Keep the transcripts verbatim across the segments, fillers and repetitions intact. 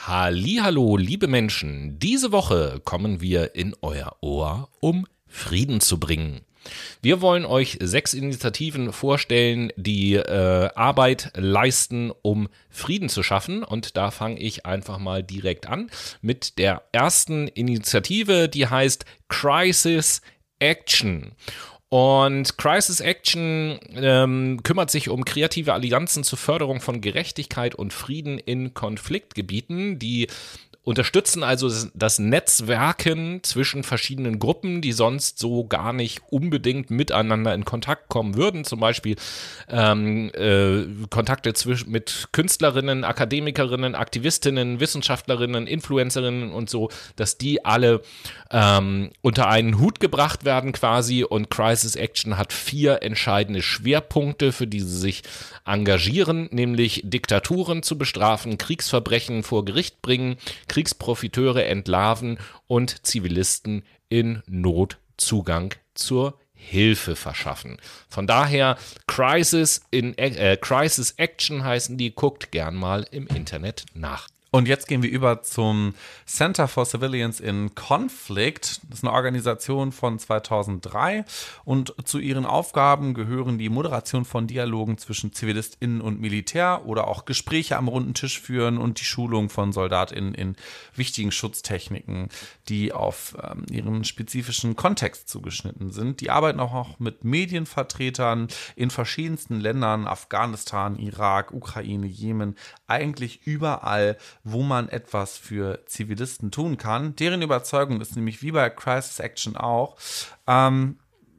Hallihallo, liebe Menschen. Diese Woche kommen wir in euer Ohr, um Frieden zu bringen. Wir wollen euch sechs Initiativen vorstellen, die äh, Arbeit leisten, um Frieden zu schaffen. Und da fange ich einfach mal direkt an mit der ersten Initiative, die heißt Crisis Action. Und Crisis Action ähm, kümmert sich um kreative Allianzen zur Förderung von Gerechtigkeit und Frieden in Konfliktgebieten, die unterstützen also das Netzwerken zwischen verschiedenen Gruppen, die sonst so gar nicht unbedingt miteinander in Kontakt kommen würden. Zum Beispiel ähm, äh, Kontakte zwischen, mit Künstlerinnen, Akademikerinnen, Aktivistinnen, Wissenschaftlerinnen, Influencerinnen und so, dass die alle ähm, unter einen Hut gebracht werden quasi. Und Crisis Action hat vier entscheidende Schwerpunkte, für die sie sich engagieren, nämlich Diktaturen zu bestrafen, Kriegsverbrechen vor Gericht bringen, Kriegsprofiteure entlarven und Zivilisten in Not Zugang zur Hilfe verschaffen. Von daher Crisis in äh, Crisis Action heißen die, guckt gern mal im Internet nach. Und jetzt gehen wir über zum Center for Civilians in Conflict. Das ist eine Organisation von zweitausenddrei und zu ihren Aufgaben gehören die Moderation von Dialogen zwischen ZivilistInnen und Militär oder auch Gespräche am runden Tisch führen und die Schulung von SoldatInnen in wichtigen Schutztechniken, die auf ähm, ihren spezifischen Kontext zugeschnitten sind. Die arbeiten auch mit Medienvertretern in verschiedensten Ländern, Afghanistan, Irak, Ukraine, Jemen, eigentlich überall, wo man etwas für Zivilisten tun kann. Deren Überzeugung ist nämlich wie bei Crisis Action auch, ähm,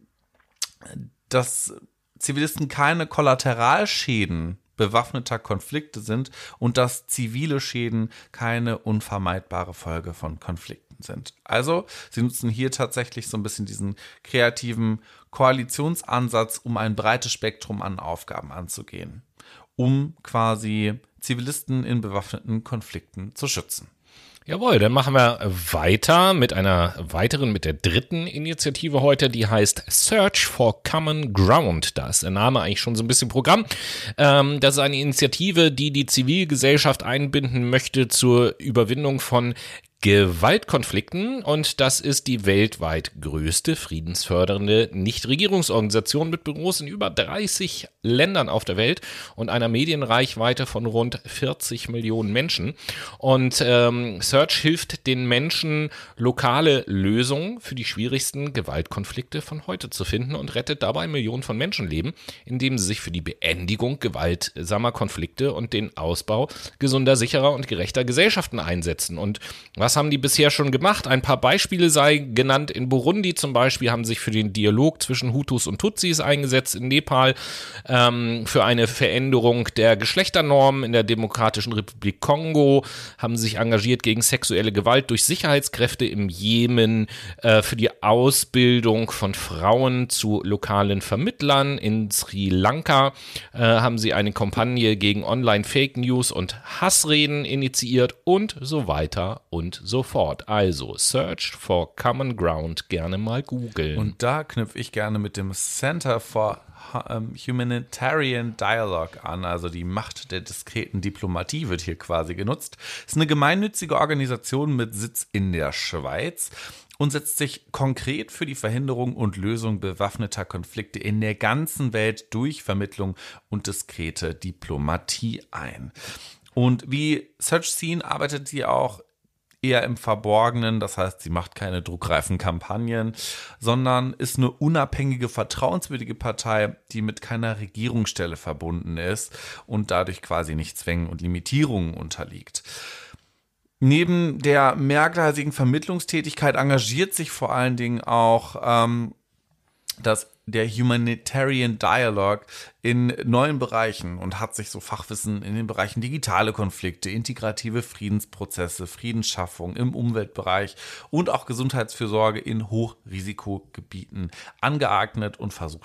dass Zivilisten keine Kollateralschäden bewaffneter Konflikte sind und dass zivile Schäden keine unvermeidbare Folge von Konflikten sind. Also, sie nutzen hier tatsächlich so ein bisschen diesen kreativen Koalitionsansatz, um ein breites Spektrum an Aufgaben anzugehen, um quasi Zivilisten in bewaffneten Konflikten zu schützen. Jawohl, dann machen wir weiter mit einer weiteren, mit der dritten Initiative heute, die heißt Search for Common Ground. Da ist der Name eigentlich schon so ein bisschen Programm. Ähm, das ist eine Initiative, die die Zivilgesellschaft einbinden möchte zur Überwindung von Gewaltkonflikten, und das ist die weltweit größte friedensfördernde Nichtregierungsorganisation mit Büros in über dreißig Ländern auf der Welt und einer Medienreichweite von rund vierzig Millionen Menschen. Und ähm, Search hilft den Menschen, lokale Lösungen für die schwierigsten Gewaltkonflikte von heute zu finden und rettet dabei Millionen von Menschenleben, indem sie sich für die Beendigung gewaltsamer Konflikte und den Ausbau gesunder, sicherer und gerechter Gesellschaften einsetzen. Und was haben die bisher schon gemacht? Ein paar Beispiele sei genannt. In Burundi zum Beispiel haben sich für den Dialog zwischen Hutus und Tutsis eingesetzt. In Nepal ähm, für eine Veränderung der Geschlechternormen. In der Demokratischen Republik Kongo haben sie sich engagiert gegen sexuelle Gewalt durch Sicherheitskräfte. Im Jemen äh, für die Ausbildung von Frauen zu lokalen Vermittlern. In Sri Lanka äh, haben sie eine Kampagne gegen Online-Fake News und Hassreden initiiert und so weiter und so fort. Also Search for Common Ground gerne mal googeln. Und da knüpfe ich gerne mit dem Center for Humanitarian Dialogue an, also die Macht der diskreten Diplomatie wird hier quasi genutzt. Es ist eine gemeinnützige Organisation mit Sitz in der Schweiz und setzt sich konkret für die Verhinderung und Lösung bewaffneter Konflikte in der ganzen Welt durch Vermittlung und diskrete Diplomatie ein. Und wie Search Scene arbeitet sie auch eher im Verborgenen, das heißt, sie macht keine druckreifen Kampagnen, sondern ist eine unabhängige, vertrauenswürdige Partei, die mit keiner Regierungsstelle verbunden ist und dadurch quasi nicht Zwängen und Limitierungen unterliegt. Neben der mehrgleisigen Vermittlungstätigkeit engagiert sich vor allen Dingen auch ähm, das der Humanitarian Dialogue in neuen Bereichen und hat sich so Fachwissen in den Bereichen digitale Konflikte, integrative Friedensprozesse, Friedensschaffung im Umweltbereich und auch Gesundheitsfürsorge in Hochrisikogebieten angeeignet und versucht da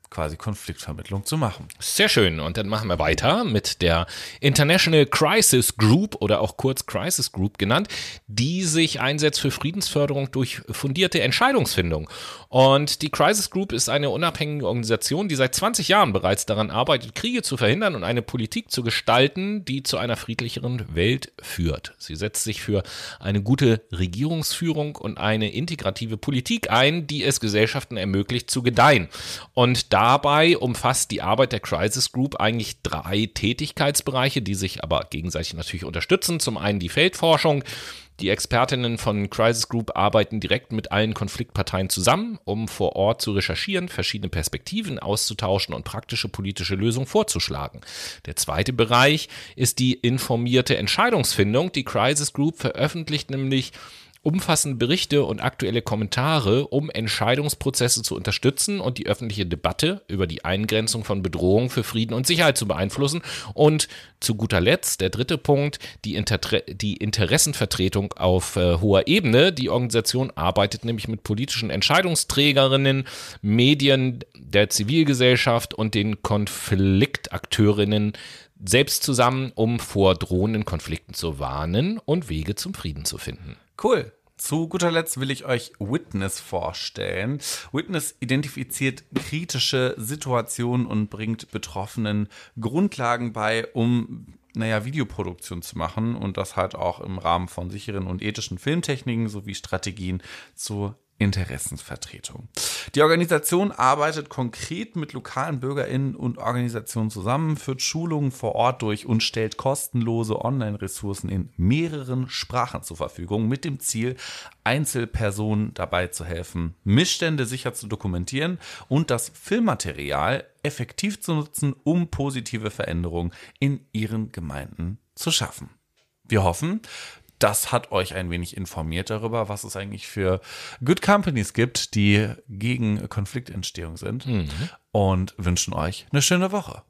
quasi Konfliktvermittlung zu machen. Sehr schön. Und dann machen wir weiter mit der International Crisis Group oder auch kurz Crisis Group genannt, die sich einsetzt für Friedensförderung durch fundierte Entscheidungsfindung. Und die Crisis Group ist eine unabhängige Organisation, die seit zwanzig Jahren bereits daran arbeitet, Kriege zu verhindern und eine Politik zu gestalten, die zu einer friedlicheren Welt führt. Sie setzt sich für eine gute Regierungsführung und eine integrative Politik ein, die es Gesellschaften ermöglicht zu gedeihen. Und dabei umfasst die Arbeit der Crisis Group eigentlich drei Tätigkeitsbereiche, die sich aber gegenseitig natürlich unterstützen. Zum einen die Feldforschung. Die Expertinnen von Crisis Group arbeiten direkt mit allen Konfliktparteien zusammen, um vor Ort zu recherchieren, verschiedene Perspektiven auszutauschen und praktische politische Lösungen vorzuschlagen. Der zweite Bereich ist die informierte Entscheidungsfindung. Die Crisis Group veröffentlicht nämlich umfassende Berichte und aktuelle Kommentare, um Entscheidungsprozesse zu unterstützen und die öffentliche Debatte über die Eingrenzung von Bedrohungen für Frieden und Sicherheit zu beeinflussen. Und zu guter Letzt, der dritte Punkt, die, Inter- die Interessenvertretung auf äh, hoher Ebene. Die Organisation arbeitet nämlich mit politischen Entscheidungsträgerinnen, Medien, der Zivilgesellschaft und den Konfliktakteurinnen selbst zusammen, um vor drohenden Konflikten zu warnen und Wege zum Frieden zu finden. Cool. Zu guter Letzt will ich euch Witness vorstellen. Witness identifiziert kritische Situationen und bringt Betroffenen Grundlagen bei, um naja, Videoproduktion zu machen und das halt auch im Rahmen von sicheren und ethischen Filmtechniken sowie Strategien zur Interessensvertretung. Die Organisation arbeitet konkret mit lokalen BürgerInnen und Organisationen zusammen, führt Schulungen vor Ort durch und stellt kostenlose Online-Ressourcen in mehreren Sprachen zur Verfügung, mit dem Ziel, Einzelpersonen dabei zu helfen, Missstände sicher zu dokumentieren und das Filmmaterial effektiv zu nutzen, um positive Veränderungen in ihren Gemeinden zu schaffen. Wir hoffen, das hat euch ein wenig informiert darüber, was es eigentlich für Good Companies gibt, die gegen Konfliktentstehung sind, mhm. und wünschen euch eine schöne Woche.